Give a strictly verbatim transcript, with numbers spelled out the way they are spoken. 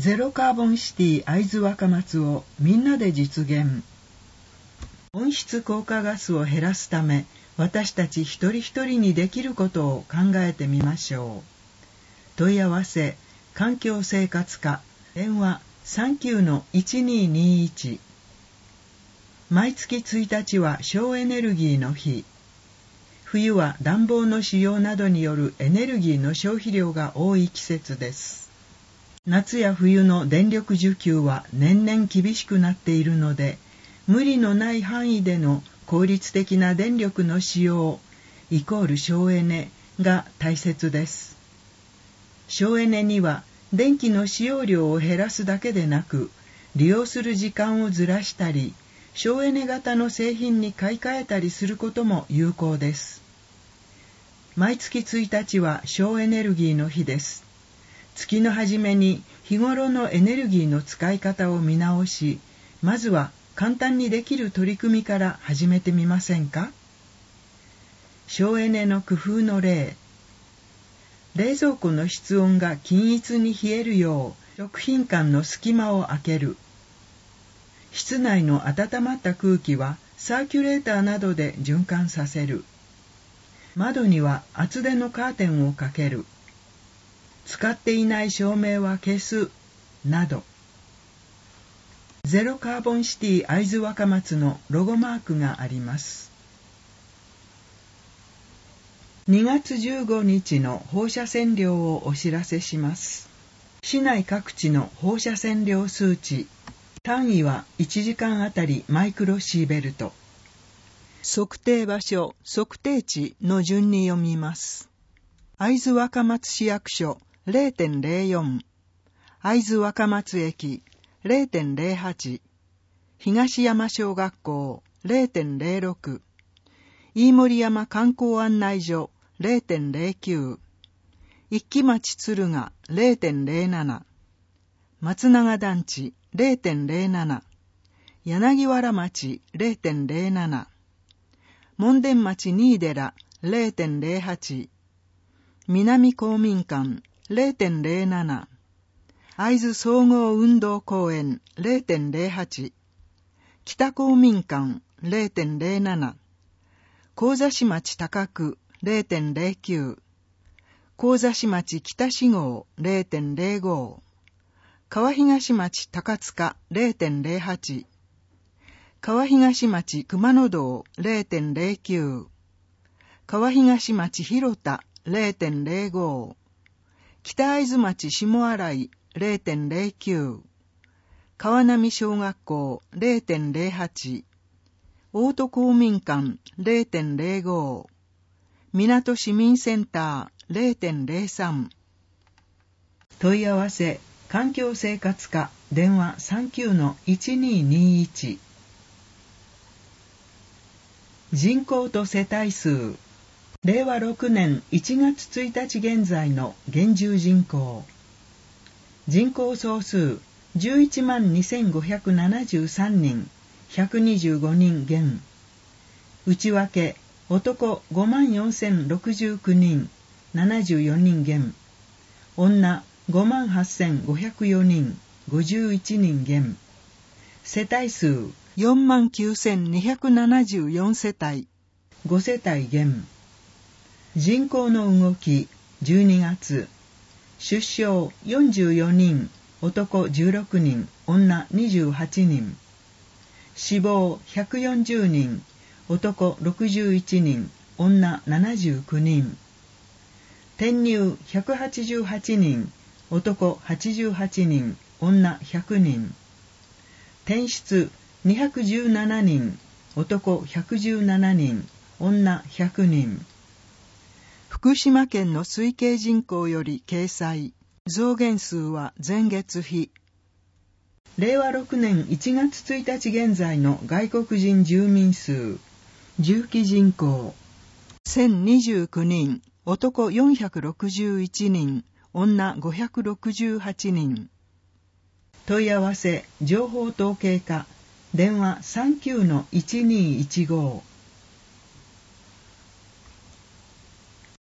ゼロカーボンシティ会津若松をみんなで実現。温室効果ガスを減らすため、私たち一人一人にできることを考えてみましょう。問い合わせ、環境生活課、電話 さんきゅうのいちにーにーいち。毎月ついたちは省エネルギーの日。冬は暖房の使用などによるエネルギーの消費量が多い季節です。夏や冬の電力需給は年々厳しくなっているので、無理のない範囲での効率的な電力の使用イコール省エネが大切です。省エネには電気の使用量を減らすだけでなく、利用する時間をずらしたり、省エネ型の製品に買い替えたりすることも有効です。毎月ついたちは省エネルギーの日です。月の初めに日頃のエネルギーの使い方を見直し、まずは簡単にできる取り組みから始めてみませんか？省エネの工夫の例。冷蔵庫の室温が均一に冷えるよう食品間の隙間を空ける。室内の温まった空気はサーキュレーターなどで循環させる。窓には厚手のカーテンをかける。使っていない照明は消す。など。ゼロカーボンシティ会津若松のロゴマークがあります。にがつじゅうごにちの放射線量をお知らせします。市内各地の放射線量数値。単位はいちじかんあたりマイクロシーベルト。測定場所、測定値の順に読みます。会津若松市役所 ゼロてんゼロよん、会津若松駅 ゼロてんゼロはち、東山小学校 ゼロてんゼロろく、飯盛山観光案内所 ゼロてんゼロきゅう、一木町敦賀 ゼロてんゼロなな、松永団地 ゼロてんゼロなな、柳原町 ゼロてんゼロなな、門田町新寺 ゼロてんゼロはち、南公民館 ゼロてんゼロなな、会津総合運動公園 ゼロてんゼロはち、北公民館 ゼロてんゼロなな、神座市町高区 ゼロてんゼロきゅう、神座市町北四郷 ゼロてんゼロご、川東町高塚 ゼロてんゼロはち、川東町熊野道 ゼロてんゼロきゅう、川東町広田 ゼロてんゼロご、北会津町下新井 ゼロてんゼロきゅう、川波小学校 ゼロてんゼロはち、大戸公民館 ゼロてんゼロご、港市民センター ゼロてんゼロさん。問い合わせ環境生活課電話 さんきゅうのいちにーにーいち。人口と世帯数。れいわろくねんいちがつついたち現在の現住人口。人口総数じゅういちまんにせんごひゃくななじゅうさんにん、ひゃくにじゅうごにん減。内訳、男ごまんよんせんろくじゅうきゅうにん、ななじゅうよにん減。女ごまんはっせんごひゃくよにん、ごじゅういちにん減。世帯数よんまんきゅうせんにひゃくななじゅうよんせたい、ごせたい減。人口の動き、じゅうにがつ。出生よんじゅうよにん、男じゅうろくにん、女にじゅうはちにん。死亡ひゃくよんじゅうにん、男ろくじゅういちにん、女ななじゅうきゅうにん。転入ひゃくはちじゅうはちにん、男はちじゅうはちにん、女ひゃくにん。転出にひゃくじゅうななにん、男ひゃくじゅうななにん、女ひゃくにん。福島県の推計人口より掲載。増減数は前月比。れいわろくねんいちがつついたち現在の外国人住民数。住基人口せんにじゅうきゅうにん、男よんひゃくろくじゅういちにん、女ごひゃくろくじゅうはちにん。問い合わせ情報統計課電話 さんきゅうのいちにーいちご。